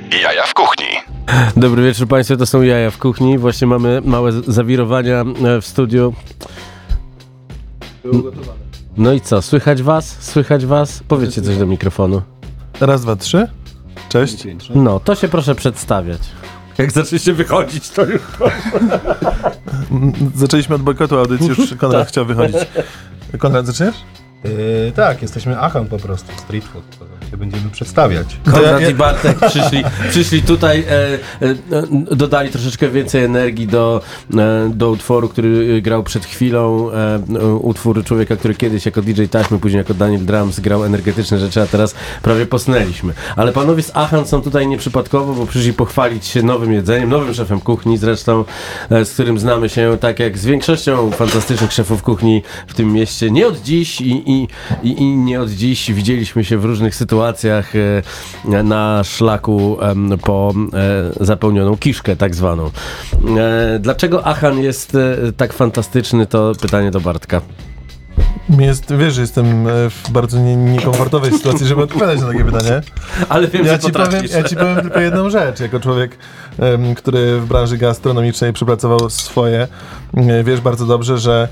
Jaja w kuchni. Dobry wieczór Państwu, to są Jaja w kuchni. Właśnie mamy małe zawirowania w studiu. No i co, słychać was? Słychać was? Powiedzcie coś do mikrofonu. Raz, dwa, trzy. Cześć. No, to się proszę przedstawiać. Jak zaczęliście wychodzić, to już... Zaczęliśmy od bojkotu audycji, już Konrad chciał wychodzić. Konrad, zaczniesz? Tak, jesteśmy Achan po prostu, Street Food, to się będziemy przedstawiać. Konrad i Bartek przyszli tutaj, dodali troszeczkę więcej energii do utworu, który grał przed chwilą, utwór człowieka, który kiedyś jako DJ taśmy, później jako Daniel Drums grał energetyczne rzeczy, a teraz prawie posnęliśmy. Ale panowie z Achan są tutaj nieprzypadkowo, bo przyszli pochwalić się nowym jedzeniem, nowym szefem kuchni zresztą, z którym znamy się tak jak z większością fantastycznych szefów kuchni w tym mieście. Nie od dziś i nie od dziś widzieliśmy się w różnych sytuacjach na szlaku po zapełnioną kiszkę tak zwaną. Dlaczego Achan jest tak fantastyczny, to pytanie do Bartka. Wiesz, że jestem w bardzo niekomfortowej sytuacji, żeby odpowiadać na takie pytanie. Ale wiem, że potrafisz. Ja ci powiem tylko jedną rzecz. Jako człowiek, który w branży gastronomicznej przepracował swoje, wiesz bardzo dobrze, że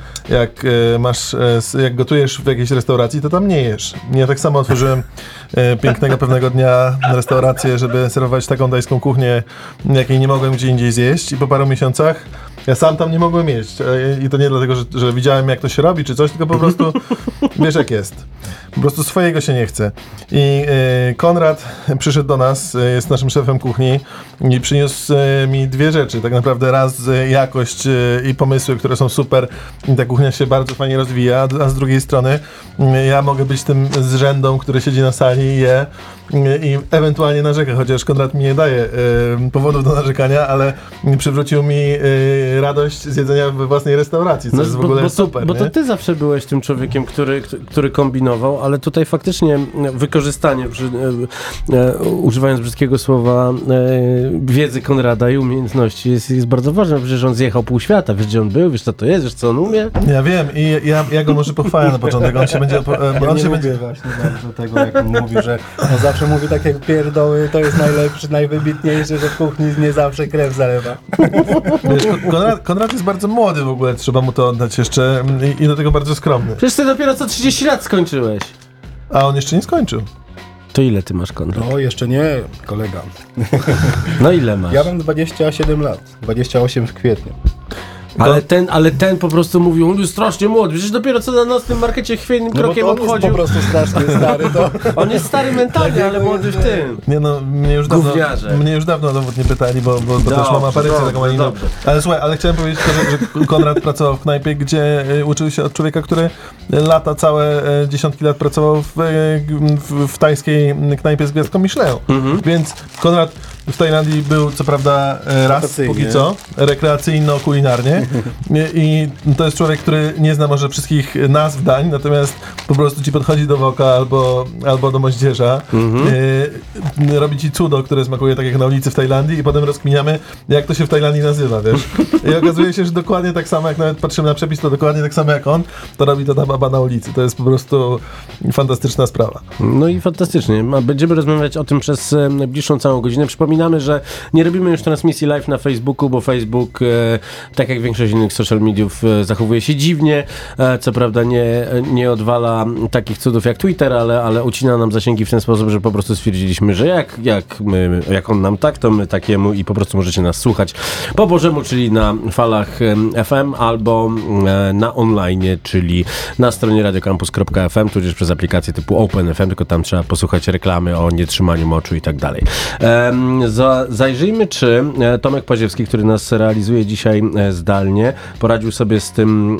jak gotujesz w jakiejś restauracji, to tam nie jesz. Ja tak samo otworzyłem pięknego pewnego dnia restaurację, żeby serwować taką tajską kuchnię, jakiej nie mogłem gdzie indziej zjeść, i po paru miesiącach ja sam tam nie mogłem jeść. I to nie dlatego, że widziałem, jak to się robi, czy coś, tylko po prostu wiesz, jak jest. Po prostu swojego się nie chce. I Konrad przyszedł do nas, jest naszym szefem kuchni i przyniósł mi dwie rzeczy. Tak naprawdę raz jakość i pomysły, które są super i ta kuchnia się bardzo fajnie rozwija, a z drugiej strony ja mogę być tym zrzędą, który siedzi na sali i je i ewentualnie narzeka, chociaż Konrad mi nie daje powodów do narzekania, ale przywrócił mi radość z jedzenia we własnej restauracji, co jest w ogóle super. Bo to ty zawsze byłeś tym człowiekiem, który kombinował, ale tutaj faktycznie wykorzystanie, używając brzydkiego słowa, wiedzy Konrada i umiejętności jest bardzo ważne. Przecież on zjechał pół świata, wiesz, gdzie on był, wiesz, co to jest, wiesz, co on umie. Ja wiem i ja go może pochwalę na początek, on się będzie... lubię właśnie bardzo tego, jak on mówi, że on zawsze mówi tak jak pierdoły, to jest najlepszy, najwybitniejszy, że w kuchni nie zawsze krew zalewa. Wiesz, Konrad jest bardzo młody w ogóle, trzeba mu to oddać jeszcze i do tego bardzo skromny. Przecież ty dopiero co 30 lat skończyłeś. A on jeszcze nie skończył. To ile ty masz, Konrad? No jeszcze nie, kolega. No ile masz? Ja mam 27 lat, 28 w kwietniu. Ale ten po prostu mówił, on jest strasznie młody, przecież dopiero co na nocnym markecie chwiejnym krokiem on obchodził. jest po prostu strasznie stary, to... On jest stary mentalnie, ale młody w tym. Nie no, mnie już dawno o dowód nie pytali, bo też mam aparycję taką, a nie. Ale słuchaj, ale chciałem powiedzieć, że Konrad pracował w knajpie, gdzie uczył się od człowieka, który całe dziesiątki lat pracował w tajskiej knajpie z gwiazdką Michelin. Więc Konrad w Tajlandii był co prawda raz, póki co, rekreacyjno-kulinarnie, i to jest człowiek, który nie zna może wszystkich nazw dań, natomiast po prostu ci podchodzi do woka albo do moździerza, robi ci cudo, które smakuje tak jak na ulicy w Tajlandii, i potem rozkminiamy, jak to się w Tajlandii nazywa, wiesz. I okazuje się, że dokładnie tak samo, jak nawet patrzymy na przepis, to dokładnie tak samo jak on, to robi to ta baba na ulicy. To jest po prostu fantastyczna sprawa. No i fantastycznie. Będziemy rozmawiać o tym przez najbliższą całą godzinę. Przypominamy, że nie robimy już transmisji live na Facebooku, bo Facebook, tak jak większość innych social mediów, zachowuje się dziwnie. Co prawda nie odwala takich cudów jak Twitter, ale ucina nam zasięgi w ten sposób, że po prostu stwierdziliśmy, że jak on nam tak, to my takiemu, i po prostu możecie nas słuchać po Bożemu, czyli na falach FM, albo na online, czyli na stronie radiocampus.fm, tudzież przez aplikację typu OpenFM, tylko tam trzeba posłuchać reklamy o nietrzymaniu moczu i tak dalej. Zajrzyjmy, czy Tomek Paziewski, który nas realizuje dzisiaj zdalnie, poradził sobie z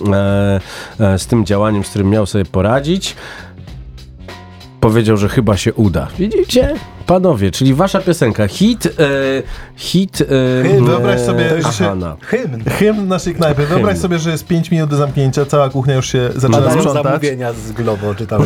tym działaniem, z którym miał sobie poradzić. Powiedział, że chyba się uda. Widzicie? Panowie, czyli wasza piosenka, hit wyobraź sobie, hymn naszej knajpy. Wyobraź sobie, że jest 5 minut do zamknięcia, cała kuchnia już się zaczyna sprzątać. Zamówienia z Globo, czy tam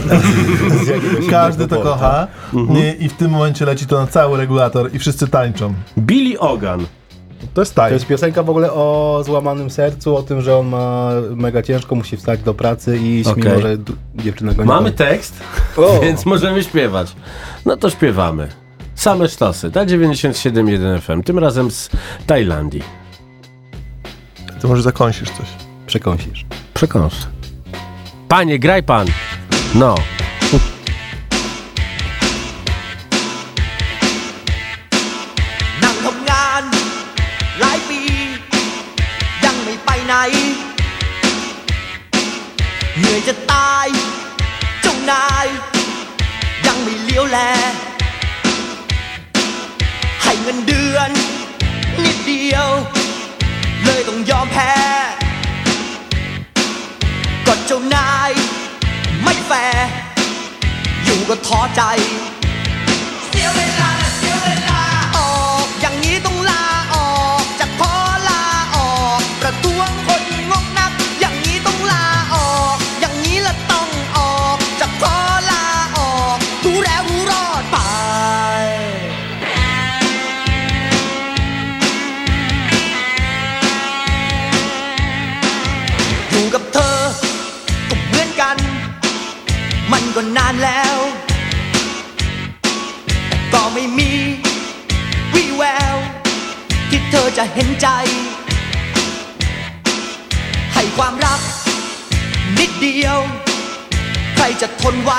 każdy to kocha, i w tym momencie leci to na cały regulator i wszyscy tańczą. Billy Ogan. To jest taj. To jest piosenka w ogóle o złamanym sercu, o tym, że on ma mega ciężko, musi wstać do pracy i iść, mimo że dziewczyna go nie Mamy tekst, więc możemy śpiewać. No to śpiewamy. Same sztosy, na 97.1 FM, tym razem z Tajlandii. To może zakąsisz coś. Przekąsisz. Przekąs. Panie, graj pan! No. นั่งทำงานหลายปียังไม่ไปไหนเหนื่อยจะตายเจ้านายยังไม่เลี้ยวแลให้เงินเดือนนิดเดียวเลยต้องยอมแพ้ก็เจ้านายไม่แฟร์อยู่ก็ท้อใจเสียเวลานะเสียเวลาออกอย่างนี้ต้องลาออกจากขอลาออกประท้วงคนงกนักอย่างนี้ต้องลาออกอย่างนี้ละต้องออกจากขอลาออกรู้แล้วรู้รอดไปอยู่กับเธอก็เหมือนกันมันก็นานแล้วก็ไม่มีวี่แววที่เธอจะเห็นใจให้ความรักนิดเดียวใครจะทนไหว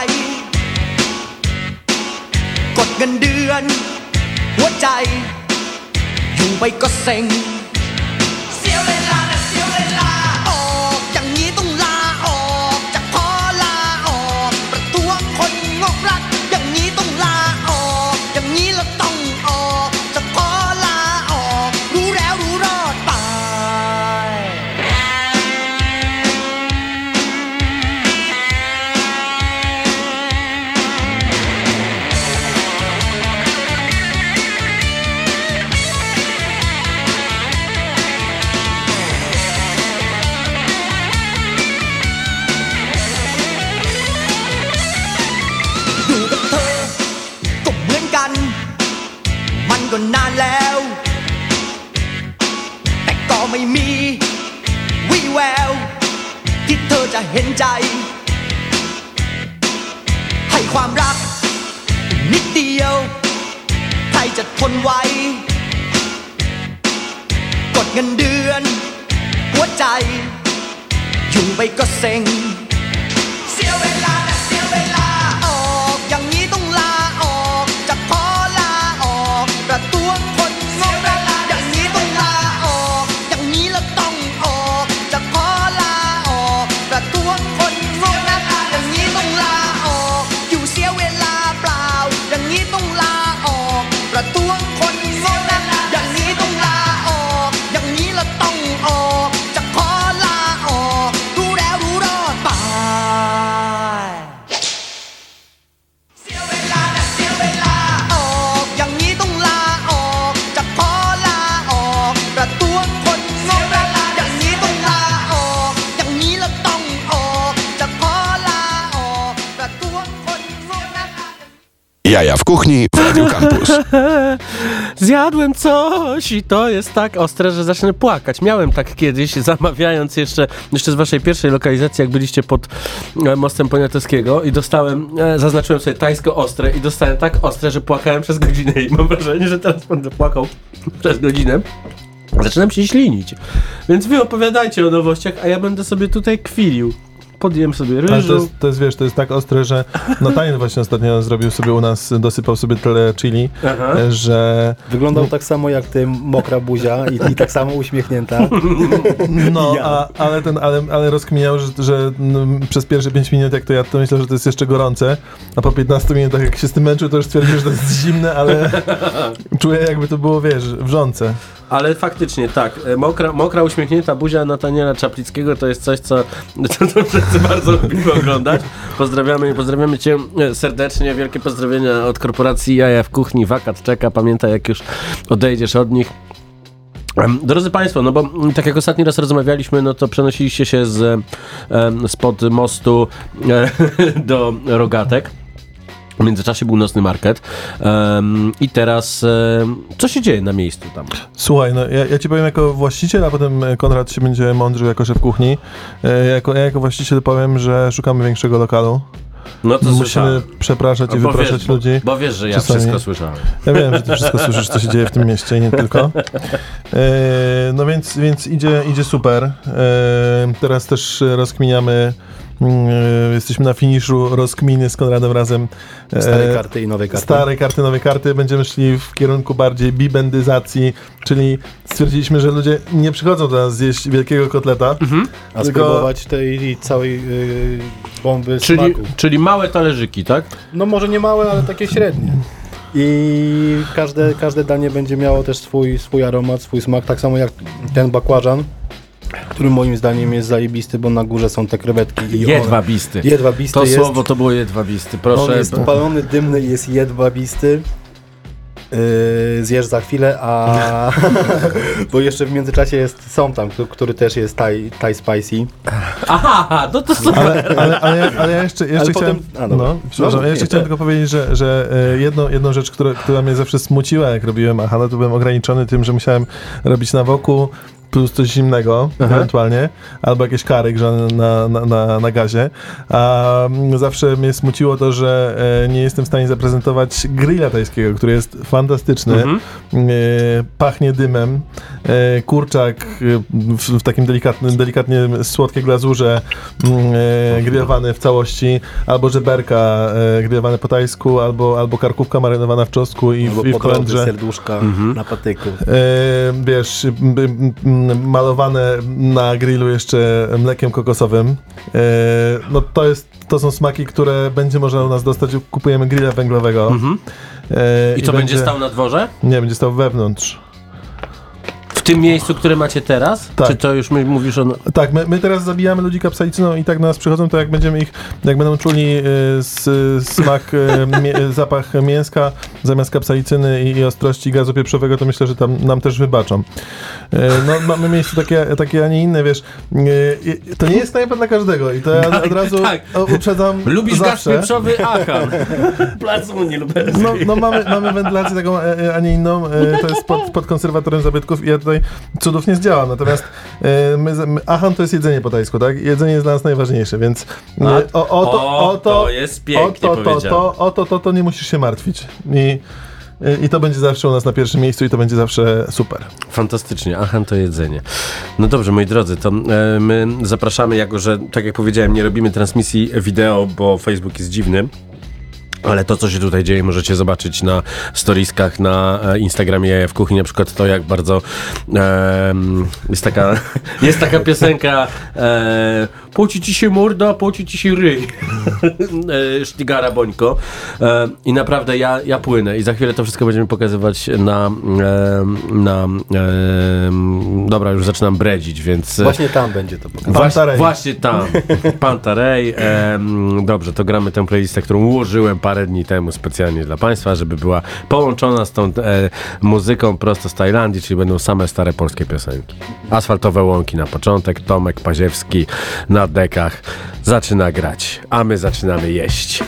กดเงินเดือนหัวใจอยู่ไปก็เซ็งเสียเวลานะเสียเวลาออกอย่างนี้ต้องลาออกจากขอลาออกประท้วงคนงกรักอย่างนี้ต้องลาออกอย่างนี้เราต้องออกจากขอลาออกรู้แล้วรู้รอดไปอยู่กับเธอก็เหมือนกันมันก็นานแล้วแต่ก็ไม่มีวี่แววที่เธอจะเห็นใจให้ความรักนิดเดียวใครจะทนไหวกดเงินเดือนหัวใจอยู่ไปก็เซ็งเสียเวลานะเสียเวลาออกอย่างนี้ต้องลาออกจากขอลาออกประท้วงคนงกรักอย่างนี้ต้องลาออกอย่างนี้เราต้องออกจากขอลาออกประท้วงคนงกรักอย่างนี้ต้องลาออกอยู่เสียเวลาเปล่าอย่างนี้ต้องลาออกประท้วงคนงกรักอย่างนี้ต้องลาออกอย่างนี้เราต้องออกจากขอลาออกรู้แล้วรู้รอดไปเสียเวลานะเสียเวลาออกอย่างนี้ต้องลาออกจากขอลาออกประท้วงคนงกรักอย่างนี้ต้องลาออกอย่างนี้เราต้องออกจากขอลาออกประท้วงคนงกรัก Jaja w kuchni w Radio Campus. Zjadłem coś i to jest tak ostre, że zacznę płakać. Miałem tak kiedyś, zamawiając jeszcze z waszej pierwszej lokalizacji, jak byliście pod mostem Poniatowskiego i dostałem, zaznaczyłem sobie tajsko ostre i dostałem tak ostre, że płakałem przez godzinę i mam wrażenie, że teraz będę płakał przez godzinę. Zaczynam się ślinić. Więc wy opowiadajcie o nowościach, a ja będę sobie tutaj kwilił. Podjem sobie Ale ryżu. to jest, wiesz, to jest tak ostre, że Nathaniel właśnie ostatnio zrobił sobie u nas, dosypał sobie tyle chili, Aha. że Wyglądał tak samo jak ty, mokra buzia i tak samo uśmiechnięta. no, Ja. ale rozkminiał, że przez pierwsze 5 minut jak to jadł, to myślał, że to jest jeszcze gorące, a po 15 minutach jak się z tym męczył, to już stwierdził, że to jest zimne, ale czuję jakby to było, wiesz, wrzące. Ale faktycznie tak, mokra uśmiechnięta buzia Nathaniela Czaplickiego to jest coś, co wszyscy bardzo lubimy oglądać. Pozdrawiamy cię serdecznie, wielkie pozdrowienia od korporacji Jaja w Kuchni, wakat czeka, pamiętaj jak już odejdziesz od nich. Drodzy Państwo, no bo tak jak ostatni raz rozmawialiśmy, no to przenosiliście się spod mostu do Rogatek. W międzyczasie był nocny market i teraz co się dzieje na miejscu tam? Słuchaj, no ja ci powiem jako właściciel, a potem Konrad się będzie mądrzył jako szef kuchni. Ja jako właściciel powiem, że szukamy większego lokalu. No to musimy słyszałem. przepraszać i Bo wypraszać wiesz, ludzi. Bo wiesz, że ja Czasami. wszystko słyszałem. Ja wiem, że ty wszystko słyszysz, co się dzieje w tym mieście i nie tylko. No więc idzie super. Teraz też rozkminiamy, jesteśmy na finiszu rozkminy z Konradem razem. Stare karty i nowe karty. Stare karty, nowe karty. Będziemy szli w kierunku bardziej bibendyzacji, czyli stwierdziliśmy, że ludzie nie przychodzą do nas zjeść wielkiego kotleta, A tylko spróbować tej całej bomby smaku. Czyli małe talerzyki, tak? No może nie małe, ale takie średnie. I każde danie będzie miało też swój aromat, swój smak, tak samo jak ten bakłażan, który moim zdaniem jest zajebisty, bo na górze są te krewetki. I Jedwabisty. Jedwabisty To jest. słowo to było jedwabisty. Proszę. On jest palony, dymny i jest jedwabisty. Zjesz za chwilę, a bo jeszcze w międzyczasie są tam, który też jest Thai spicy. Aha, no to super. ale ja jeszcze Ale chciałem. potem- dobra. Przepraszam, ja jeszcze chciałem tylko powiedzieć, że jedną rzecz, która mnie zawsze smuciła, jak robiłem Ahana, to byłem ograniczony tym, że musiałem robić na wokół plus coś zimnego ewentualnie, albo jakieś kary grzane na gazie. A zawsze mnie smuciło to, że nie jestem w stanie zaprezentować grilla tajskiego, który jest fantastyczny. Pachnie dymem. Kurczak w takim delikatnie słodkiej glazurze grillowany w całości, albo żeberka grillowane po tajsku, albo karkówka marynowana w czosnku i w kolendrze. Serduszka na patyku. Wiesz, malowane na grillu jeszcze mlekiem kokosowym. No to są smaki, które będzie można u nas dostać. Kupujemy grilla węglowego. I to będzie stał na dworze? Nie, będzie stał wewnątrz. W tym miejscu, które macie teraz? Tak. Czy to już mówisz o... Tak, my teraz zabijamy ludzi kapsaicyną i tak do nas przychodzą, to jak będą czuli smak, zapach mięska zamiast kapsaicyny i ostrości gazu pieprzowego, to myślę, że tam nam też wybaczą. No, mamy miejsce takie, a nie inne, wiesz. To nie jest knajpa dla każdego i to ja od razu uprzedzam. Lubisz zawsze. gaz pieprzowy? Aha. Placu lubelski. No mamy wentylację taką, a nie inną. To jest pod konserwatorem zabytków i ja tutaj cudów nie zdziałam. Natomiast Ahan to jest jedzenie po tajsku, tak? Jedzenie jest dla nas najważniejsze, więc to jest pięknie powiedziane. to nie musisz się martwić. I to będzie zawsze u nas na pierwszym miejscu i to będzie zawsze super. Fantastycznie, Ahan to jedzenie. No dobrze, moi drodzy, to my zapraszamy, jako że, tak jak powiedziałem, nie robimy transmisji wideo, bo Facebook jest dziwny. Ale to, co się tutaj dzieje, możecie zobaczyć na storieskach na Instagramie Jaja w Kuchni, na przykład to, jak bardzo jest taka piosenka poci ci się morda, poci ci się ryj Sztygara Bońko i naprawdę ja płynę i za chwilę to wszystko będziemy pokazywać dobra, już zaczynam bredzić, więc Właśnie tam będzie to pokazane. Właśnie tam Pantarej. Dobrze, to gramy tę playlistę, którą ułożyłem parę dni temu specjalnie dla Państwa, żeby była połączona z tą muzyką prosto z Tajlandii, czyli będą same stare polskie piosenki. Asfaltowe łąki na początek, Tomek Paziewski na dekach zaczyna grać, a my zaczynamy jeść.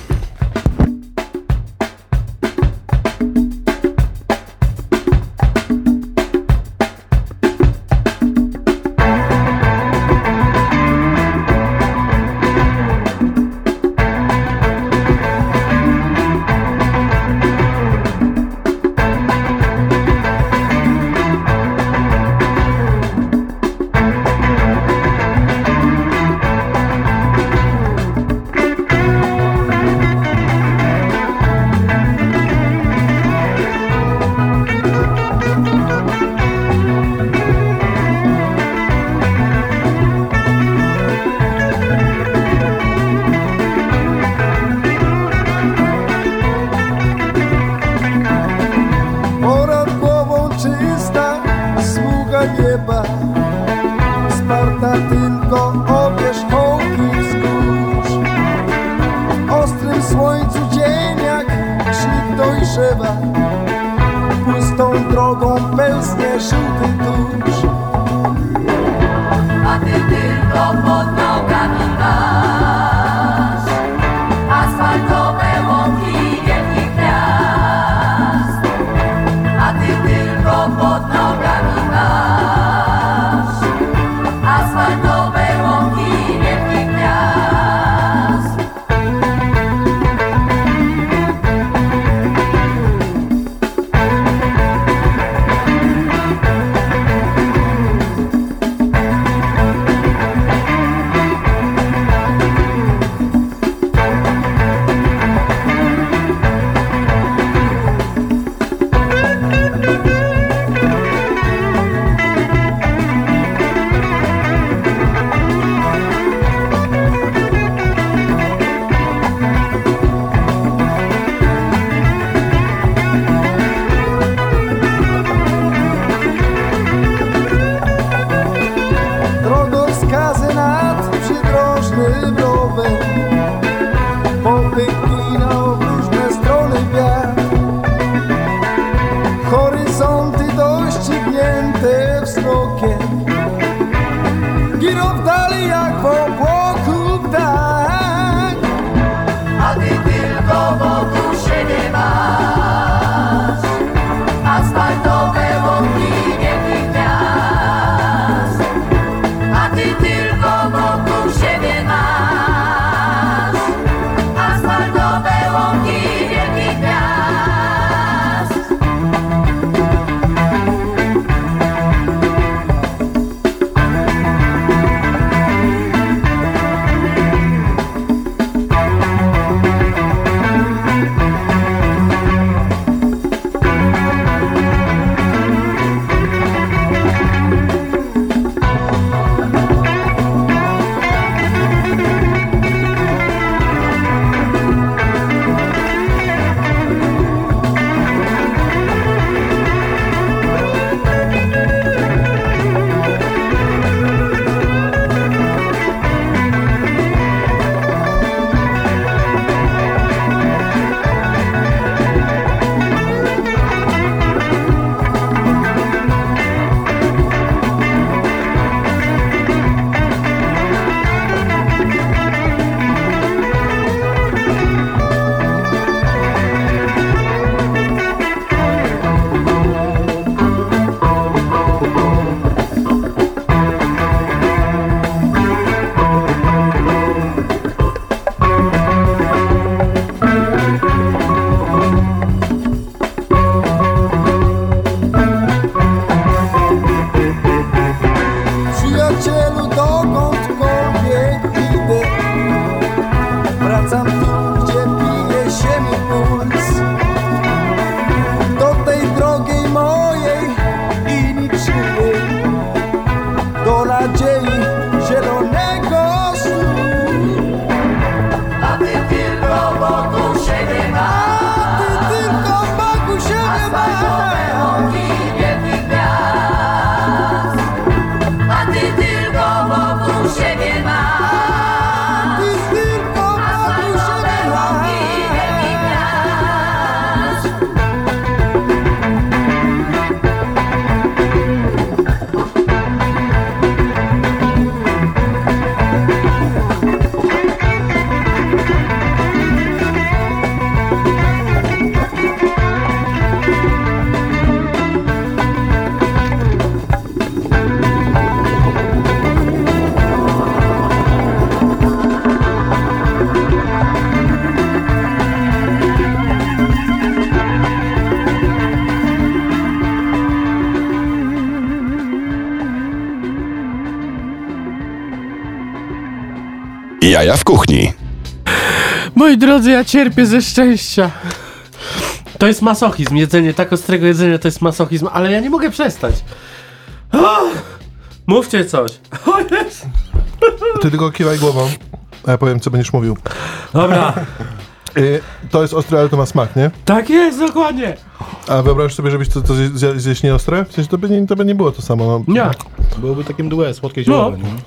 wzrokiem giną w dali jak w obłoku ptak. A ty tylko wokół siebie masz asfaltowe łąki wielkich miast. A ty tylko wokół siebie masz asfaltowe łąki wielkich miast. Przyjacielu, dokądkolwiek idę, wracam tu, gdzie bije się mi puls. Do tej drogiej mojej i niczyjej, do nadziei zielonego snu. A ty tylko wokół siebie masz, a ty tylko wokół siebie masz łąki wielkich miast. A ty tylko wokół siebie masz, ty tylko wokół siebie łąki wielkich miast. Jaja w kuchni. Moi drodzy, ja cierpię ze szczęścia. To jest masochizm, jedzenie tak ostrego jedzenia to jest masochizm, ale ja nie mogę przestać. Mówcie coś. O Jezu. Ty tylko kiwaj głową, a ja powiem, co będziesz mówił. Dobra, To jest ostre, ale to ma smak, nie? tak jest, dokładnie. A wyobraź sobie, żebyś to zjeść nieostre? W sensie to by nie było to samo. No. Nie. Byłoby takim duet, słodkie No. ziołowe, nie?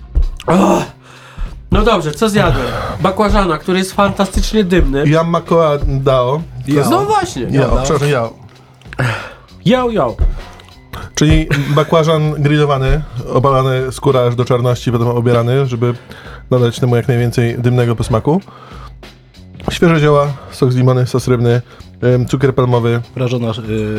No dobrze, co zjadłem? Bakłażana, który jest fantastycznie dymny. Yam Makoa Dao. No właśnie. Przepraszam, Yao. Yo. Czyli bakłażan grillowany, obalany skóra aż do czarności, potem obierany, żeby dodać temu jak najwięcej dymnego posmaku. Świeże zioła, sok z limony, sos rybny, cukier palmowy, Prażona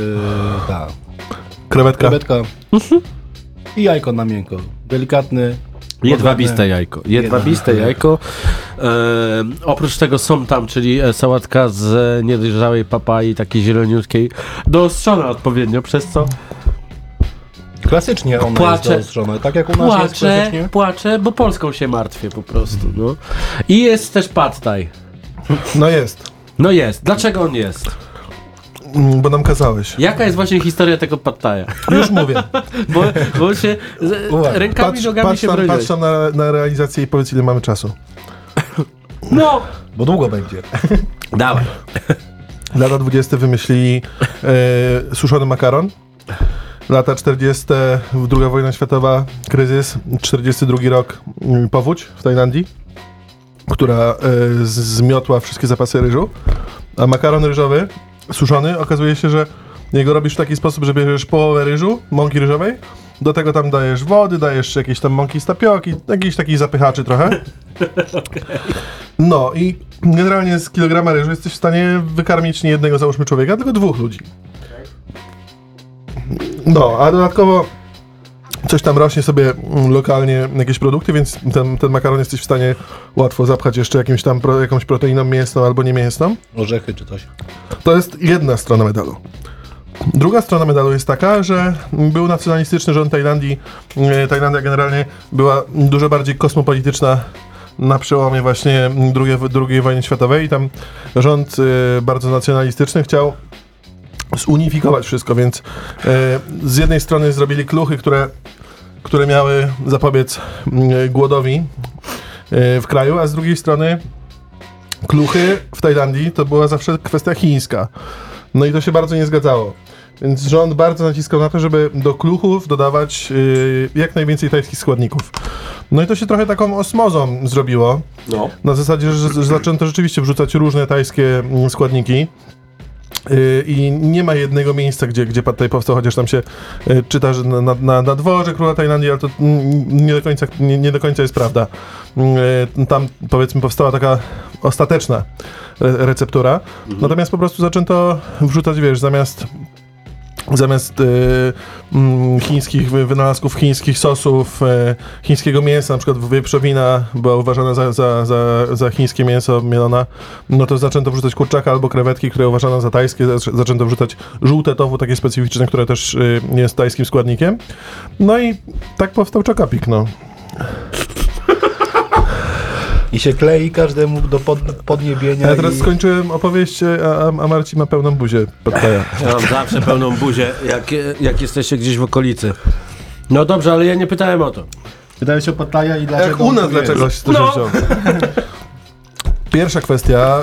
krewetka. i jajko na miękko. Delikatny. Jedwabiste jajko. Jedwabiste jajko. Oprócz tego są tam, czyli sałatka z niedojrzałej papai, takiej zieloniutkiej, doostrzona odpowiednio, przez co Klasycznie ona jest zaostrzona. Tak jak u nas jest klasycznie. płaczę, bo Polską się martwię po prostu. No. I jest też pad thai. No jest, No jest. Dlaczego on jest? bo nam kazałeś. Jaka jest właśnie historia tego pad thaia? Już mówię. Bo się rękami, nogami się broniłeś. Patrz tam na realizację i powiedz, ile mamy czasu. No! Bo długo będzie. Dawaj. Lata 20 wymyślili suszony makaron. Lata 40, II wojna światowa, kryzys, 42 rok, powódź w Tajlandii, która zmiotła wszystkie zapasy ryżu, a makaron ryżowy, suszony, okazuje się, że jego robisz w taki sposób, że bierzesz połowę ryżu, mąki ryżowej do tego tam dajesz wody, dajesz jakieś tam mąki z tapioki, jakiś takich zapychaczy trochę. No i generalnie z kilograma ryżu jesteś w stanie wykarmić nie jednego, załóżmy, człowieka, tylko 2 ludzi. No, a dodatkowo coś tam rośnie sobie lokalnie, jakieś produkty, więc ten makaron jesteś w stanie łatwo zapchać jeszcze jakąś proteiną mięsną albo niemięsną. Orzechy czy coś. To jest jedna strona medalu. Druga strona medalu jest taka, że był nacjonalistyczny rząd Tajlandii. Tajlandia generalnie była dużo bardziej kosmopolityczna na przełomie właśnie II wojny światowej i tam rząd bardzo nacjonalistyczny chciał zunifikować wszystko, więc z jednej strony zrobili kluchy, które miały zapobiec głodowi w kraju, a z drugiej strony kluchy w Tajlandii to była zawsze kwestia chińska. No i to się bardzo nie zgadzało. Więc rząd bardzo naciskał na to, żeby do kluchów dodawać jak najwięcej tajskich składników. No i to się trochę taką osmozą zrobiło. No. Na zasadzie, że zaczęto rzeczywiście wrzucać różne tajskie składniki. I nie ma jednego miejsca, gdzie pad thai powstał, chociaż tam się czyta, że na dworze króla Tajlandii, ale to nie do końca jest prawda. Tam, powiedzmy, powstała taka ostateczna receptura. Natomiast po prostu zaczęto wrzucać, wiesz, zamiast chińskich wynalazków, chińskich sosów, chińskiego mięsa, na przykład wieprzowina była uważana za chińskie mięso mielona, no to zaczęto wrzucać kurczaka albo krewetki, które uważano za tajskie, zaczęto wrzucać żółte tofu, takie specyficzne, które też jest tajskim składnikiem. No i tak powstał Chocapik, no. I się klei każdemu do podniebienia. Ja teraz skończyłem opowieść, a Marcin ma pełną buzię pad thaia. Ja mam zawsze pełną buzię, jak jesteście gdzieś w okolicy. No dobrze, ale ja nie pytałem o to. Pytałem się o pad thaia i dlaczego. Jak u nas dlaczego się to wziął? Pierwsza kwestia,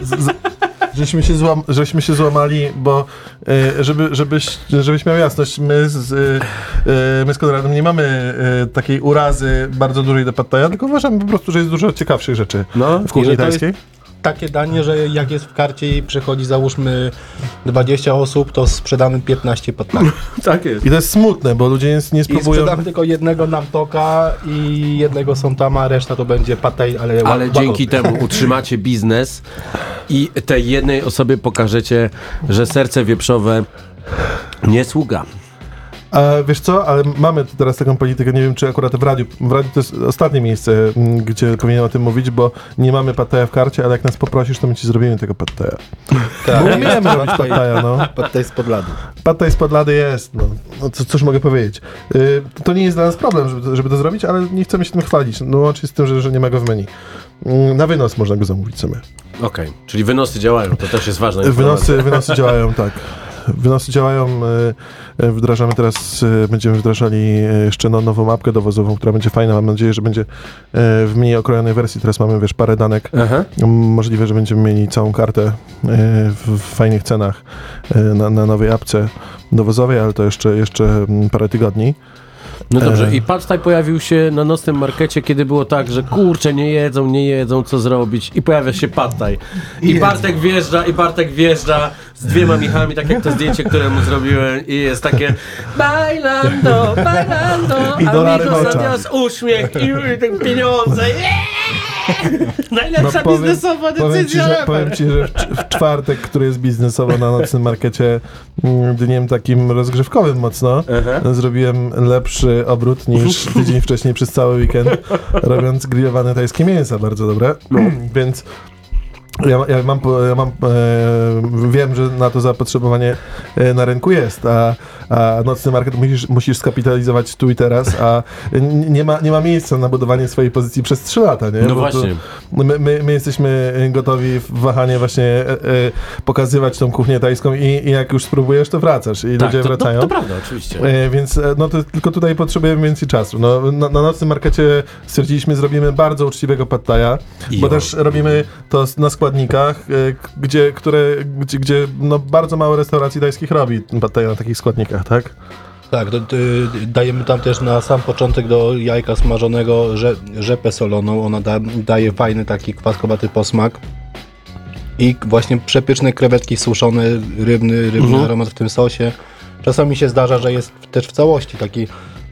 żeśmy się złamali, bo żebyś miał jasność, my z Konradem nie mamy takiej urazy bardzo dużej do pad thaia, tylko uważamy po prostu, że jest dużo ciekawszych rzeczy w kuchni tajskiej. Takie danie, że jak jest w karcie i przychodzi, załóżmy 20 osób, to sprzedamy 15 pad thai. Tak jest. I to jest smutne, bo ludzie nie I spróbują... sprzedamy tylko jednego namtoka i jednego somtama, a reszta to będzie pad thai, Ale dzięki temu utrzymacie biznes i tej jednej osobie pokażecie, że serce wieprzowe nie sługa. A wiesz co, ale mamy teraz taką politykę, nie wiem czy akurat w radiu to jest ostatnie miejsce, gdzie powinienem o tym mówić, bo nie mamy pad thaia w karcie, ale jak nas poprosisz, to my ci zrobimy tego pad thaia. Tak. Bo umiemy robić pad thaia, no. Pad thai spod ladu. Pad thai spod lady jest, no cóż mogę powiedzieć. To nie jest dla nas problem, żeby to zrobić, ale nie chcemy się tym chwalić, no łącznie z tym, że nie ma go w menu. Na wynos można go zamówić sobie. Okej, czyli wynosy działają, to też jest ważne. Wynosy działają, tak. Wynosy działają, wdrażamy teraz, będziemy wdrażali jeszcze nową mapkę dowozową, która będzie fajna, mam nadzieję, że będzie w mniej okrojonej wersji, teraz mamy, wiesz, parę danek, możliwe, że będziemy mieli całą kartę w fajnych cenach na nowej apce dowozowej, ale to jeszcze parę tygodni. No dobrze, i pad thai pojawił się na nocnym markecie, kiedy było tak, że kurczę, nie jedzą, co zrobić, i pojawia się pad thai. I Bartek wjeżdża z 2 Michałami, tak jak to zdjęcie, które mu zrobiłem, i jest takie bailando, I dolary w oczach. zamiast uśmiech i pieniądze. Najlepsza biznesowa decyzja. Powiem ci, że w czwartek, który jest biznesowo na nocnym markecie, dniem takim rozgrzewkowym mocno, zrobiłem lepszy obrót niż tydzień wcześniej przez cały weekend, robiąc grillowane tajskie mięsa, bardzo dobre. Więc wiem, że na to zapotrzebowanie na rynku jest, a nocny market musisz skapitalizować tu i teraz, a nie ma miejsca na budowanie swojej pozycji przez 3 lata, nie? No bo właśnie. My jesteśmy gotowi w wahanie właśnie pokazywać tą kuchnię tajską i jak już spróbujesz, to wracasz i ludzie wracają. To prawda, oczywiście. Więc no to tylko tutaj potrzebujemy więcej czasu. No, na nocnym markecie stwierdziliśmy, zrobimy bardzo uczciwego pad thaia, bo też robimy to na składnikach, gdzie no, bardzo mało restauracji tajskich robi pad thaia na takich składnikach, tak? Tak, dajemy tam też na sam początek do jajka smażonego rzepę soloną, ona daje fajny taki kwaskowaty posmak. I właśnie przepyszne krewetki suszone, rybny aromat w tym sosie. Czasami się zdarza, że jest też w całości taki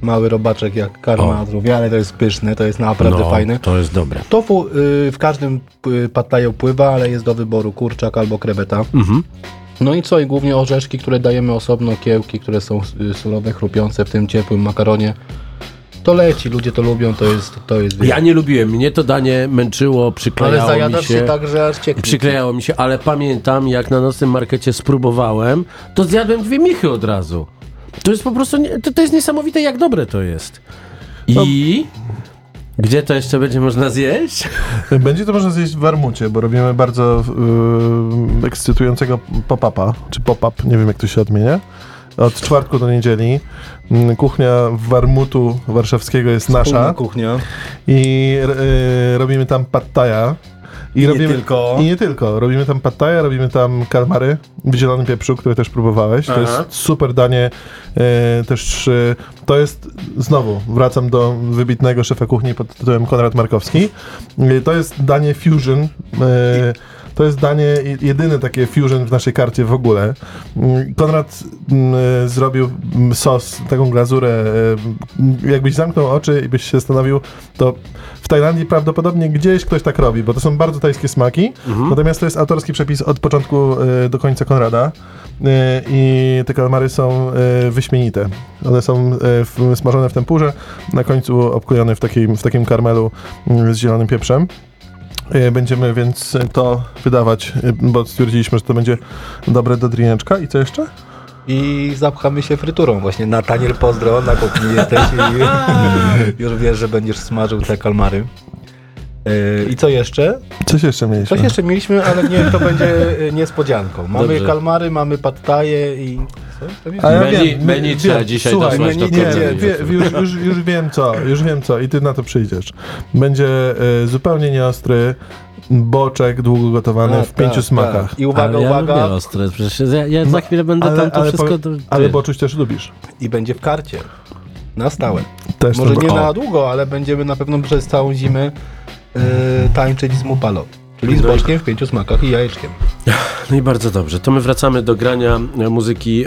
mały robaczek jak karma ale to jest pyszne, to jest naprawdę fajne. To jest dobre. Tofu w każdym pad thaiu pływa, ale jest do wyboru kurczak albo kreweta. No i co? I głównie orzeszki, które dajemy osobno, kiełki, które są surowe, chrupiące w tym ciepłym makaronie. To leci, ludzie to lubią, to jest Ja nie lubiłem, mnie to danie męczyło, ale przyklejało mi zajadasz się tak, że aż cieknie. Przyklejało mi się, ale pamiętam, jak na nocnym markecie spróbowałem, to zjadłem 2 michy od razu. To jest po prostu, to jest niesamowite, jak dobre to jest. I... Gdzie to jeszcze będzie można zjeść? Będzie to można zjeść w Warmucie, bo robimy bardzo ekscytującego pop-upa, czy pop-up, nie wiem jak to się odmienia. Od czwartku do niedzieli. Kuchnia Warmutu warszawskiego jest nasza. Kuchnia. I robimy tam pad thai'a. I nie tylko. Robimy tam pad thai'a, robimy tam kalmary w zielonym pieprzu, które też próbowałeś. To jest super danie. Też to jest, znowu wracam do wybitnego szefa kuchni pod tytułem Konrad Markowski. To jest danie fusion. To jest danie, jedyne takie fusion w naszej karcie w ogóle. Konrad zrobił sos, taką glazurę. Jakbyś zamknął oczy i byś się zastanowił, to w Tajlandii prawdopodobnie gdzieś ktoś tak robi, bo to są bardzo tajskie smaki. Natomiast to jest autorski przepis od początku do końca Konrada. I te kalmary są wyśmienite. One są smażone w tempurze, na końcu obklejone w takim karmelu z zielonym pieprzem. Będziemy więc to wydawać, bo stwierdziliśmy, że to będzie dobre do drineczka. I co jeszcze? I zapchamy się fryturą właśnie. Nataniel, pozdro, na kuchni jesteś i już wiesz, że będziesz smażył te kalmary. I co jeszcze? Coś jeszcze mieliśmy. Coś jeszcze mieliśmy, ale nie, to będzie niespodzianką. Mamy Dobrze. kalmary, mamy pad thaię i... Co? A ja Menu trzeba dzisiaj słuchaj, dosłać do już wiem co i ty na to przyjdziesz. Będzie zupełnie nieostry boczek długo gotowany w 5 smakach. Tak. I uwaga, ale ja uwaga. lubię ostre, przecież ja za chwilę będę tam to wszystko... Ale boczuś też lubisz. I będzie w karcie. Na stałe. Też Może to- nie o. na długo, ale będziemy na pewno przez całą zimę tańczyć z mupalo. Czyli z boczkiem w 5 smakach i jajeczkiem. No i bardzo dobrze. To my wracamy do grania muzyki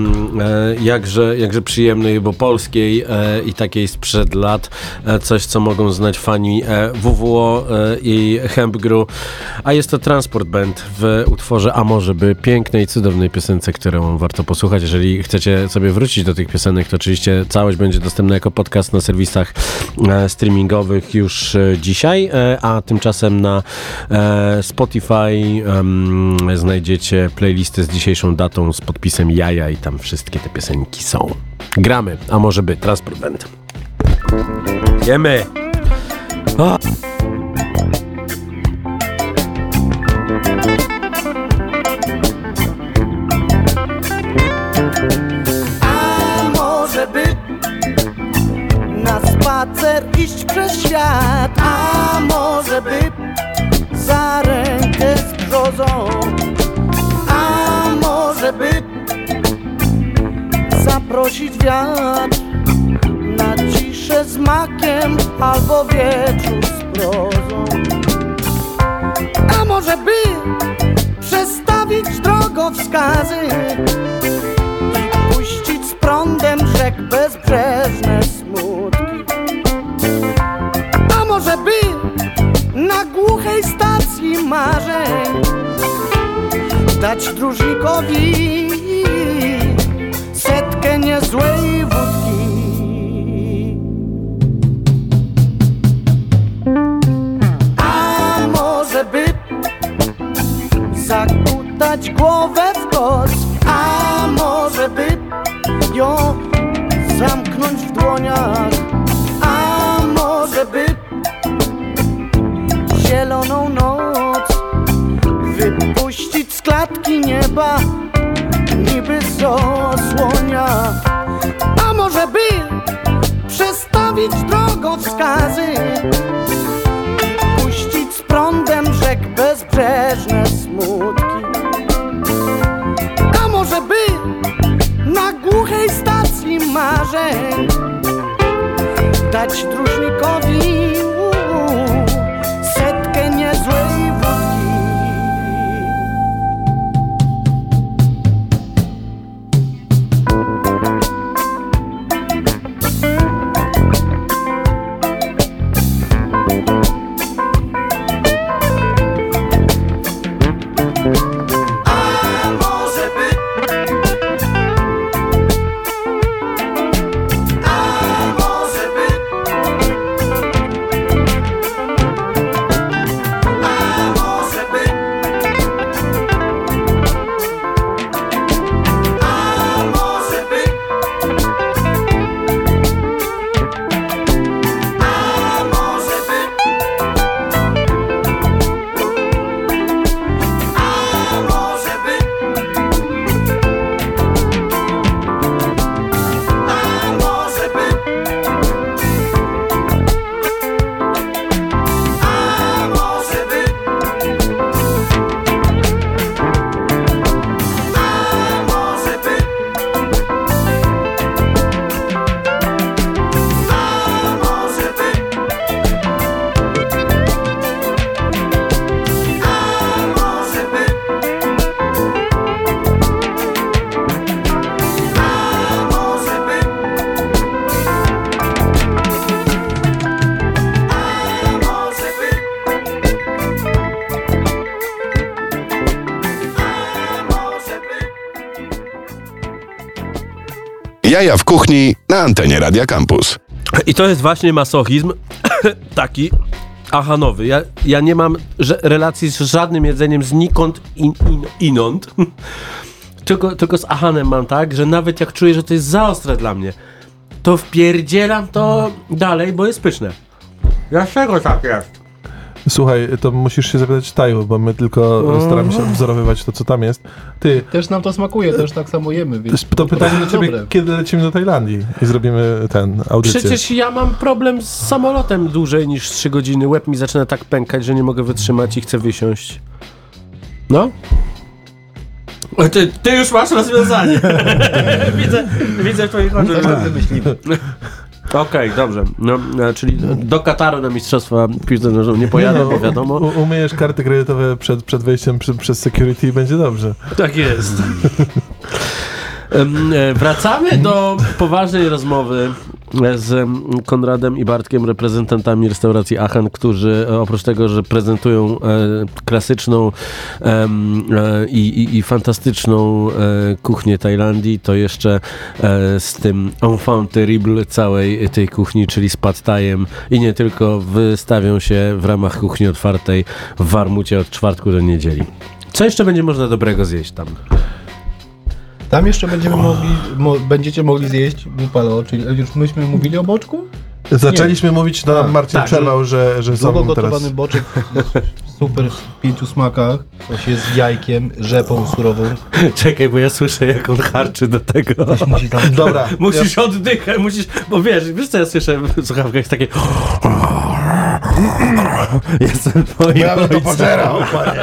jakże przyjemnej, bo polskiej i takiej sprzed lat. Coś, co mogą znać fani WWO i Hempgru. A jest to Transport Band w utworze A może by, pięknej, cudownej piosence, którą warto posłuchać. Jeżeli chcecie sobie wrócić do tych piosenek, to oczywiście całość będzie dostępna jako podcast na serwisach streamingowych już dzisiaj, a tymczasem na Spotify znajdziecie playlistę z dzisiejszą datą z podpisem Jaja i tam wszystkie te piosenki są. Gramy, a może by, Transport Band. Jemy! O! A może by na spacer iść przez świat, a może by za rękę z brzozą, a może by zaprosić wiatr na ciszę z makiem albo wieczór z prozą. A może by przestawić drogowskazy i puścić z prądem rzek bezbrzeżne smutki. A może by na głuchej stacji marzeń dać dróżnikowi setkę niezłej wódki. A może by zakutać głowę w koc, a może by ją zamknąć w dłoniach, a może by zieloną noc wypuścić z klatki nieba niby z osłonia. A może by przestawić drogowskazy i puścić z prądem rzek bezbrzeżne smutki. A może by na głuchej stacji marzeń dać dróżnikowi setkę niezłej wódki. Jaja w kuchni na antenie Radia Campus. I to jest właśnie masochizm taki ahanowy. Ja nie mam relacji z żadnym jedzeniem znikąd inąd. Tylko z ahanem mam tak, że nawet jak czuję, że to jest za ostre dla mnie, to wpierdzielam to dalej, bo jest pyszne. Dlaczego tak jest? Słuchaj, to musisz się zapytać Taju, bo my tylko staramy się wzorowywać to, co tam jest. Ty, Też nam to smakuje, też tak samo jemy, więc to pytanie do ciebie, dobre. kiedy lecimy do Tajlandii i zrobimy audycję. Przecież ja mam problem z samolotem dłużej niż 3 godziny. Łeb mi zaczyna tak pękać, że nie mogę wytrzymać i chcę wysiąść. No? Ty już masz rozwiązanie. widzę w twoich oczach. Okej, dobrze. No, czyli do Kataru na mistrzostwa piłki nożnej nie pojadę, bo wiadomo. Umyjesz karty kredytowe przed wejściem przez security i będzie dobrze. Tak jest. Wracamy do poważnej rozmowy z Konradem i Bartkiem, reprezentantami restauracji Ahan, którzy oprócz tego, że prezentują klasyczną i fantastyczną kuchnię Tajlandii, to jeszcze z tym enfant terrible całej tej kuchni, czyli z pad thaiem i nie tylko, wystawią się w ramach kuchni otwartej w Warmucie od czwartku do niedzieli. Co jeszcze będzie można dobrego zjeść tam? Tam jeszcze będziecie mogli zjeść bupalo, czyli już myśmy mówili o boczku? Zaczęliśmy mówić, Marcin przerwał, że są Długo teraz... gotowany boczek, super w 5 smakach, coś jest z jajkiem, rzepą surową. Czekaj, bo ja słyszę, jak on harczy do tego. Dobra. Musisz oddychać, bo wiesz co ja słyszę w słuchawkach takie... Jestem twoim ojcem. pożerał,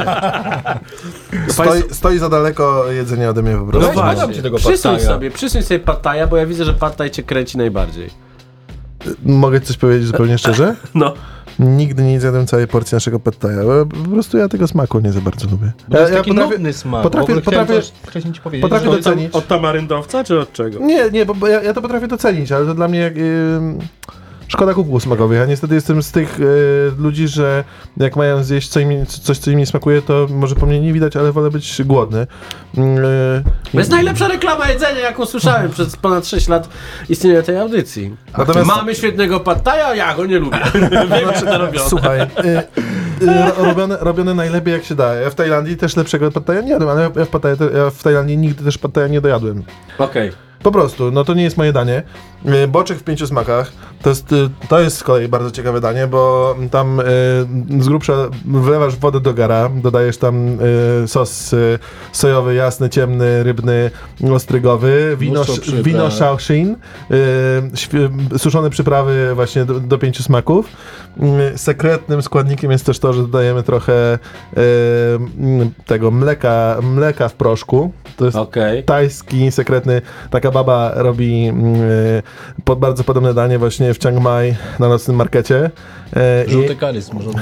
stoi za daleko jedzenie ode mnie po No prostu. właśnie, przysuń sobie pad thaia, bo ja widzę, że pad thai cię kręci najbardziej. Mogę coś powiedzieć zupełnie szczerze? No. Nigdy nie zjadłem całej porcji naszego pad thaia, bo po prostu ja tego smaku nie za bardzo lubię. To jest taki nudny smak. Potrafię wcześniej ci powiedzieć. potrafię że- docenić. Od tamaryndowca, czy od czego? Nie, bo ja to potrafię docenić, ale to dla mnie szkoda kubków smakowych. Ja niestety jestem z tych ludzi, że jak mają zjeść coś, co im nie smakuje, to może po mnie nie widać, ale wolę być głodny. To jest najlepsza reklama jedzenia, jaką słyszałem przez ponad 6 lat istnienia tej audycji. Natomiast- Mamy świetnego pad thaia, ja go nie lubię. Wiem, czy to robią. Słuchaj, robione najlepiej jak się da. Ja w Tajlandii też lepszego pad thaia nie jadłem, ale ja w Tajlandii nigdy też pad thaia nie dojadłem. Okej. Po prostu, no to nie jest moje danie. Boczek w 5 smakach to jest z kolei bardzo ciekawe danie, bo tam z grubsza wlewasz wodę do gara, dodajesz tam sos sojowy, jasny, ciemny, rybny, ostrygowy, wino Shaoxin, suszone przyprawy właśnie do 5 smaków. Sekretnym składnikiem jest też to, że dodajemy trochę tego mleka w proszku. To jest tajski, sekretny. Taka baba robi bardzo podobne danie właśnie w Chiang Mai na nocnym markecie. Żółty kary smażony.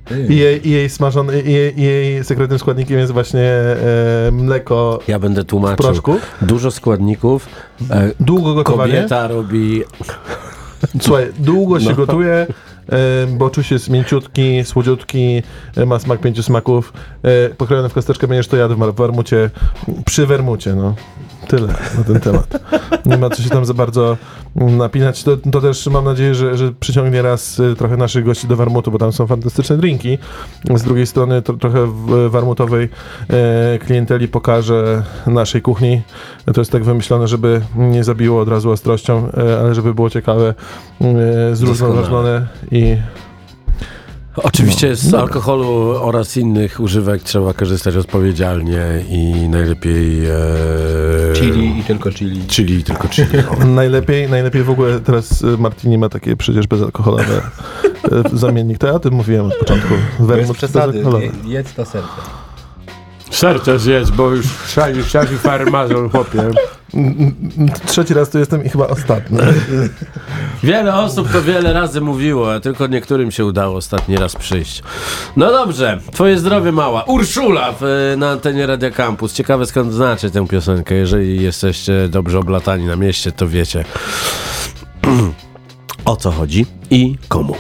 Jej sekretnym składnikiem jest właśnie mleko Ja będę w tłumaczył. proszku. Dużo składników. Długo gotowanie. Kobieta robi... Słuchaj, długo się gotuje. Boczuś jest mięciutki, słodziutki, ma smak 5 smaków. Pokrojony w kosteczkę będziesz to jadł w wermucie, przy wermucie, no. Tyle na ten temat. Nie ma co się tam za bardzo napinać. To też mam nadzieję, że przyciągnie raz trochę naszych gości do Warmutu, bo tam są fantastyczne drinki. Z drugiej strony trochę w warmutowej klienteli pokażę naszej kuchni. To jest tak wymyślone, żeby nie zabiło od razu ostrością, ale żeby było ciekawe, zróżnorodnione i... Oczywiście z alkoholu oraz innych używek trzeba korzystać odpowiedzialnie i najlepiej... Chili i tylko chili. Chili i tylko chili. Najlepiej w ogóle teraz Martini ma takie przecież bezalkoholowe zamiennik. To ja o tym mówiłem od początku. Bez przesady, jedz to serce. Serce zjedz, bo już szali farmazon, chłopie. Trzeci raz tu jestem i chyba ostatni. Wiele osób to wiele razy mówiło, a tylko niektórym się udało ostatni raz przyjść. No dobrze, twoje zdrowie mała. Urszula na antenie Radia Campus. Ciekawe skąd znacie tę piosenkę. Jeżeli jesteście dobrze oblatani na mieście, to wiecie o co chodzi i komu.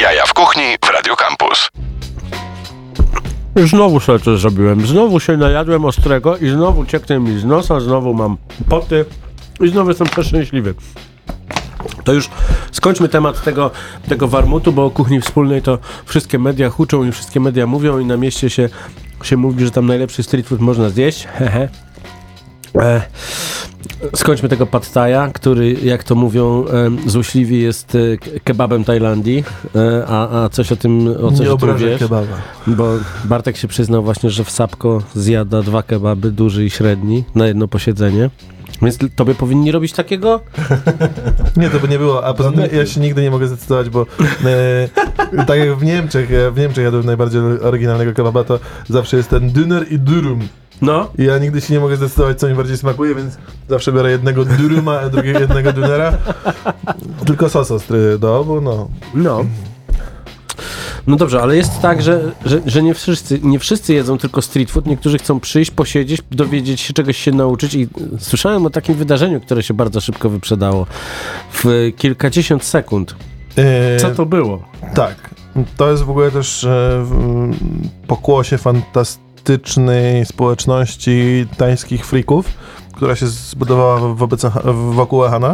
Jaja w kuchni w Radio Campus. Znowu sobie coś zrobiłem. Znowu się najadłem ostrego i znowu cieknie mi z nosa, znowu mam poty i znowu jestem przeszczęśliwy. To już skończmy temat tego warmutu, bo o kuchni wspólnej to wszystkie media huczą i wszystkie media mówią i na mieście się mówi, że tam najlepszy street food można zjeść. Skończmy tego pad thaja, który, jak to mówią złośliwi, jest kebabem Tajlandii, a coś o tym wiesz, kebaba. bo Bartek się przyznał właśnie, że w Sapko zjada 2 kebaby, duży i średni, na jedno posiedzenie. Więc tobie powinni robić takiego? Nie, to by nie było, a poza tym ja się nigdy nie mogę zdecydować, bo tak jak w Niemczech jadłem najbardziej oryginalnego kebaba, to zawsze jest ten Döner i Dürüm. No. I ja nigdy się nie mogę zdecydować, co mi bardziej smakuje, więc zawsze biorę jednego Dürüma, a drugiego jednego Dönera. Tylko sos ostry do obu, no. No dobrze, ale jest tak, że nie wszyscy jedzą tylko street food, niektórzy chcą przyjść, posiedzieć, dowiedzieć się, czegoś się nauczyć i słyszałem o takim wydarzeniu, które się bardzo szybko wyprzedało. W kilkadziesiąt sekund. Co to było? Tak. To jest w ogóle też pokłosie fantastycznej społeczności tańskich freaków, która się zbudowała wokół Ahana.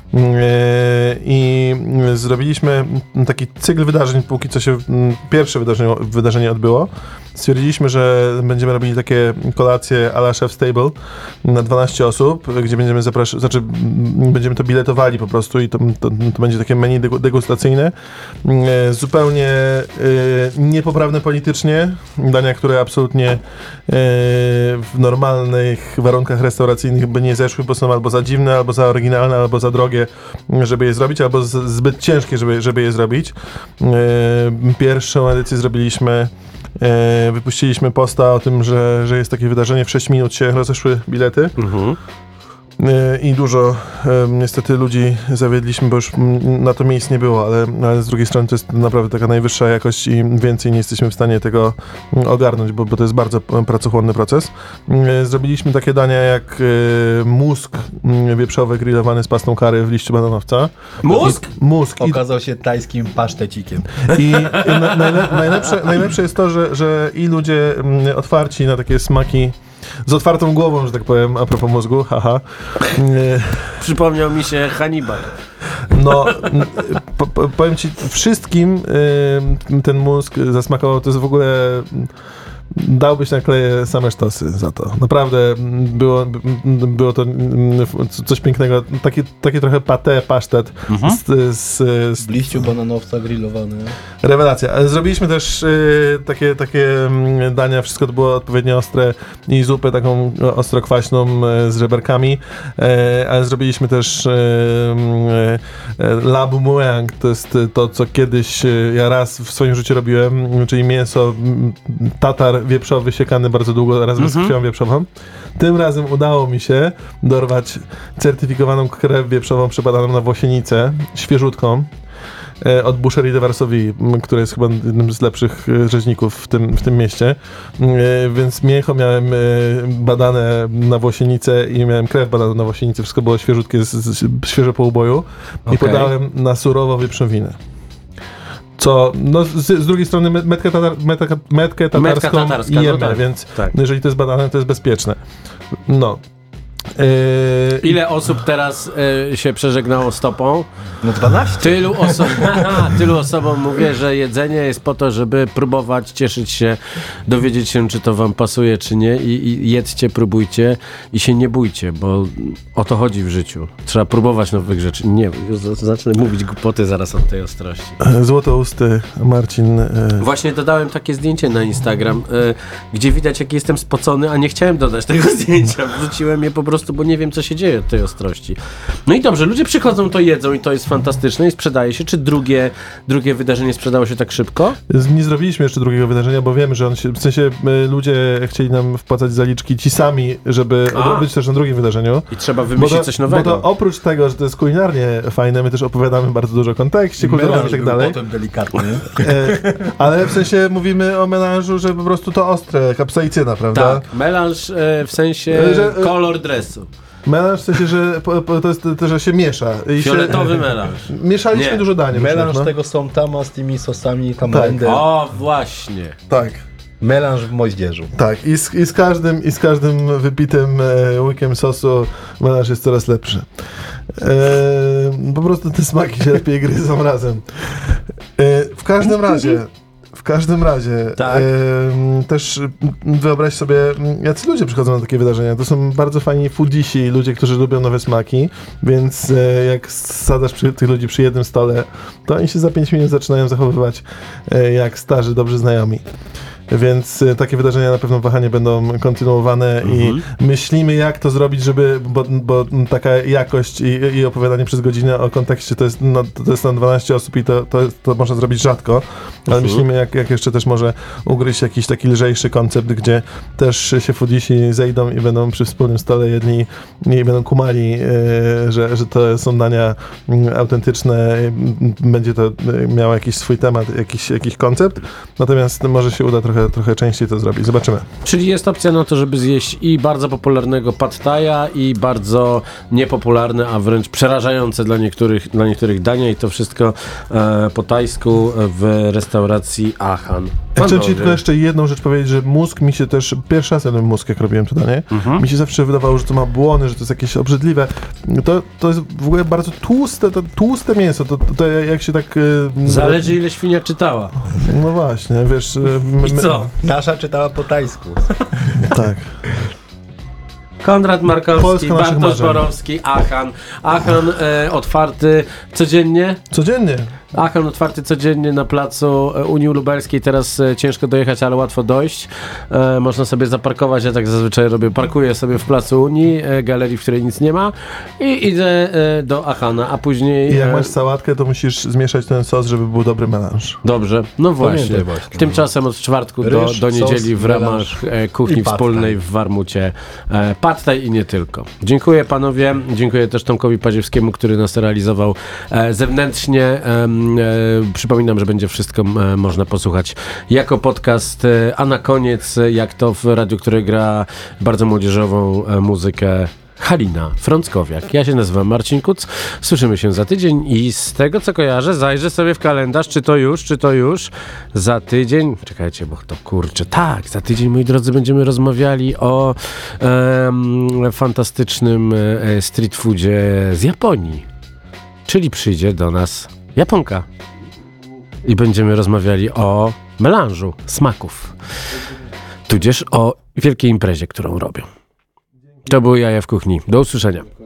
I zrobiliśmy taki cykl wydarzeń, póki co się pierwsze wydarzenie odbyło. Stwierdziliśmy, że będziemy robili takie kolacje à la Chef's Table na 12 osób, gdzie będziemy będziemy to biletowali po prostu i to będzie takie menu degustacyjne. Zupełnie niepoprawne politycznie, dania, które absolutnie w normalnych warunkach restauracyjnych by nie zeszły, bo są albo za dziwne, albo za oryginalne, albo za drogie, żeby je zrobić, albo zbyt ciężkie, żeby je zrobić. Pierwszą edycję zrobiliśmy, wypuściliśmy posta o tym, że jest takie wydarzenie, w 6 minut się rozeszły bilety. I dużo niestety ludzi zawiedliśmy, bo już na to miejsc nie było, ale z drugiej strony to jest naprawdę taka najwyższa jakość i więcej nie jesteśmy w stanie tego ogarnąć, bo to jest bardzo pracochłonny proces. Zrobiliśmy takie dania jak mózg wieprzowy grillowany z pastą curry w liściu bananowca. Mózg? Mózg. Okazał się tajskim pasztecikiem. I najlepsze jest to, że i ludzie otwarci na takie smaki z otwartą głową, że tak powiem, a propos mózgu, haha. Przypomniał mi się Hannibal. No, powiem ci, wszystkim ten mózg zasmakował, to jest w ogóle... Dałbyś na kleję same sztosy za to. Naprawdę było to coś pięknego. Taki trochę pâté, pasztet W liściu bananowca grillowany. Rewelacja. Ale zrobiliśmy też takie dania, wszystko to było odpowiednio ostre i zupę taką ostro-kwaśną z żeberkami, ale zrobiliśmy też la bouillon, to jest to, co kiedyś ja raz w swoim życiu robiłem, czyli mięso tatar wieprzowy siekany bardzo długo razem z krwią wieprzową. Tym razem udało mi się dorwać certyfikowaną krew wieprzową przebadaną na włosienicę, świeżutką, od Boucherie de Varsovie, który jest chyba jednym z lepszych rzeźników w tym mieście. Więc mięcho miałem badane na włosienicę i miałem krew badaną na włosienicę. Wszystko było świeżutkie, świeże po uboju. I podałem na surowo wieprzowinę. Co, no z drugiej strony metkę tatarską jemy, no tak, więc tak. Jeżeli to jest badane, to jest bezpieczne. No. Ile osób teraz się przeżegnało stopą? No 12. Tylu osobom mówię, że jedzenie jest po to, żeby próbować, cieszyć się, dowiedzieć się, czy to wam pasuje, czy nie i jedzcie, próbujcie i się nie bójcie, bo o to chodzi w życiu. Trzeba próbować nowych rzeczy. Nie, zacznę mówić głupoty zaraz od tej ostrości. Złotousty Marcin. Właśnie dodałem takie zdjęcie na Instagram, gdzie widać, jak jestem spocony, a nie chciałem dodać tego zdjęcia. Wrzuciłem je po prostu, bo nie wiem, co się dzieje od tej ostrości. No i dobrze, ludzie przychodzą, to jedzą i to jest fantastyczne i sprzedaje się. Czy drugie wydarzenie sprzedało się tak szybko? Nie zrobiliśmy jeszcze drugiego wydarzenia, bo wiemy, że w sensie ludzie chcieli nam wpłacać zaliczki ci sami, żeby być też na drugim wydarzeniu. I trzeba wymyślić coś nowego. Bo to oprócz tego, że to jest kulinarnie fajne, my też opowiadamy bardzo dużo o kontekście kulturowym i tak dalej. Potem delikatny. Ale w sensie mówimy o melanżu, że po prostu to ostre, kapsaicyna, prawda? Tak, melanż w sensie kolor dresu. Melanż w sensie, że to jest to, że się miesza. I Fioletowy melanż. Mieszaliśmy Nie. dużo dań. Melanż różnych, no. tego somtama z tymi sosami tamarinder. O, właśnie. Tak. Melanż w moździerzu. Tak, i z każdym wypitym łykiem sosu melanż jest coraz lepszy. Po prostu te smaki się lepiej gryzą razem. W każdym razie Tak. też wyobraź sobie, jacy ludzie przychodzą na takie wydarzenia. To są bardzo fajni foodisi, ludzie, którzy lubią nowe smaki, więc jak sadasz tych ludzi przy jednym stole, to oni się za 5 minut zaczynają zachowywać jak starzy, dobrzy znajomi. Więc takie wydarzenia na pewno w Ahanie będą kontynuowane i myślimy, jak to zrobić, żeby, bo taka jakość i opowiadanie przez godzinę o kontekście to jest na 12 osób i to można zrobić rzadko, ale myślimy, jak jeszcze też może ugryźć jakiś taki lżejszy koncept, gdzie też się foodisi zejdą i będą przy wspólnym stole jedli i będą kumali, że to są dania autentyczne, będzie to miało jakiś swój temat, jakiś koncept, natomiast może się uda trochę częściej to zrobić. Zobaczymy. Czyli jest opcja na to, żeby zjeść i bardzo popularnego pad thaia, i bardzo niepopularne, a wręcz przerażające dla niektórych dania, i to wszystko po tajsku w restauracji Ahan. Chciałem ci tylko jeszcze jedną rzecz powiedzieć, że mózg mi się też, pierwszy raz jadłem mózg, jak robiłem to danie, mi się zawsze wydawało, że to ma błony, że to jest jakieś obrzydliwe. To jest w ogóle bardzo tłuste mięso, to jak się tak... Zależy, ile świnia czytała. No właśnie, wiesz... I co? Nasza czytała po tajsku. Tak. Konrad Markowski, Polska naszych Bartosz marzeń. Borowski, Ahan. Ahan otwarty codziennie. Codziennie. Ahan otwarty codziennie na placu Unii Lubelskiej. Teraz ciężko dojechać, ale łatwo dojść. Można sobie zaparkować, ja tak zazwyczaj robię. Parkuję sobie w placu Unii, galerii, w której nic nie ma, i idę do Ahana, a później... I jak masz sałatkę, to musisz zmieszać ten sos, żeby był dobry melanż. Dobrze, no właśnie. Pamiętaj właśnie. Tymczasem od czwartku Ryż, do niedzieli sos, w ramach melanż kuchni i pad wspólnej thai. w Warmucie. Pad thai i nie tylko. Dziękuję panowie, dziękuję też Tomkowi Paziewskiemu, który nas realizował zewnętrznie. Przypominam, że będzie wszystko można posłuchać jako podcast, a na koniec, jak to w radiu, które gra bardzo młodzieżową muzykę, Halina Frąckowiak. Ja się nazywam Marcin Kuc. Słyszymy się za tydzień i z tego, co kojarzę, zajrzę sobie w kalendarz, czy to już za tydzień, czekajcie, bo to kurczę, tak, za tydzień, moi drodzy, będziemy rozmawiali o fantastycznym street foodzie z Japonii. Czyli przyjdzie do nas Japonka i będziemy rozmawiali o melanżu smaków, tudzież o wielkiej imprezie, którą robią. To były Jaja w kuchni. Do usłyszenia.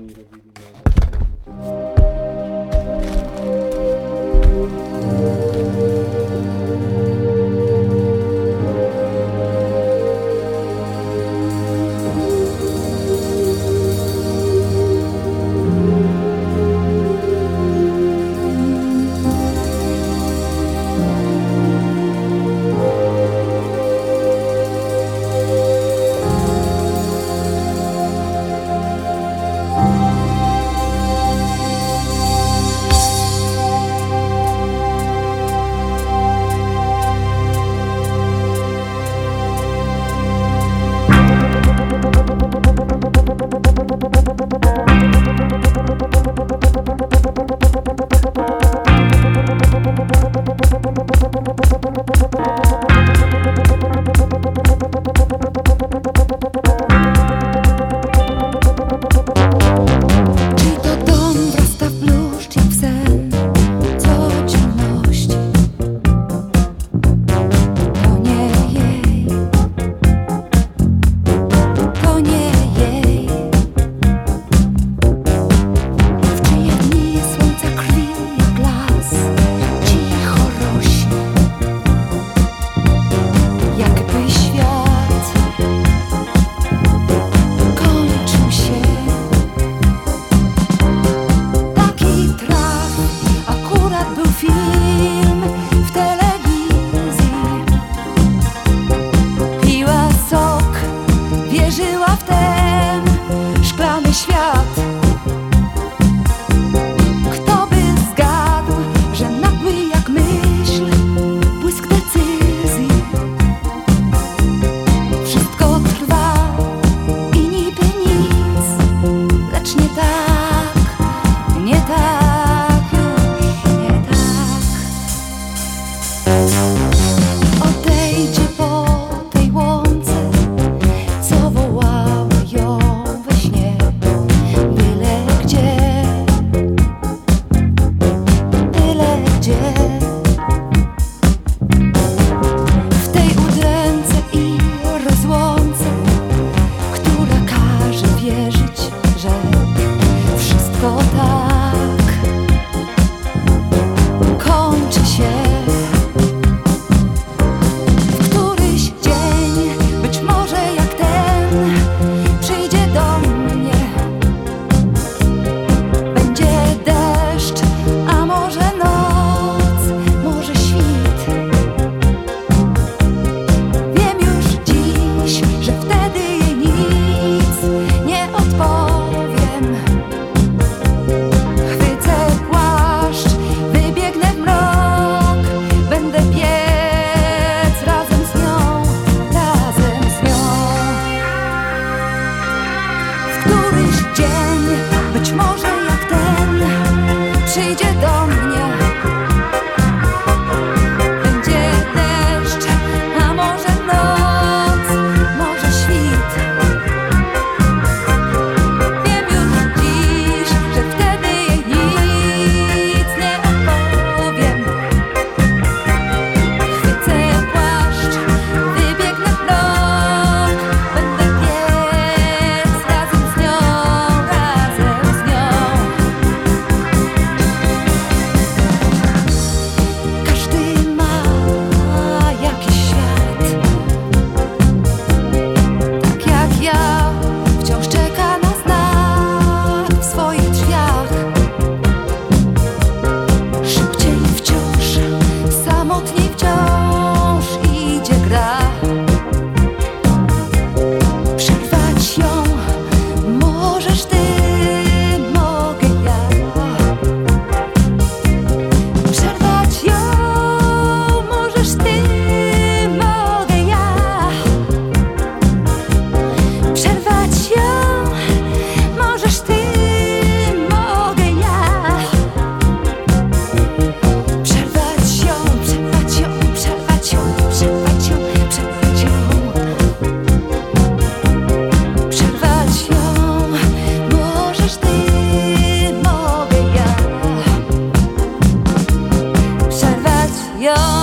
You're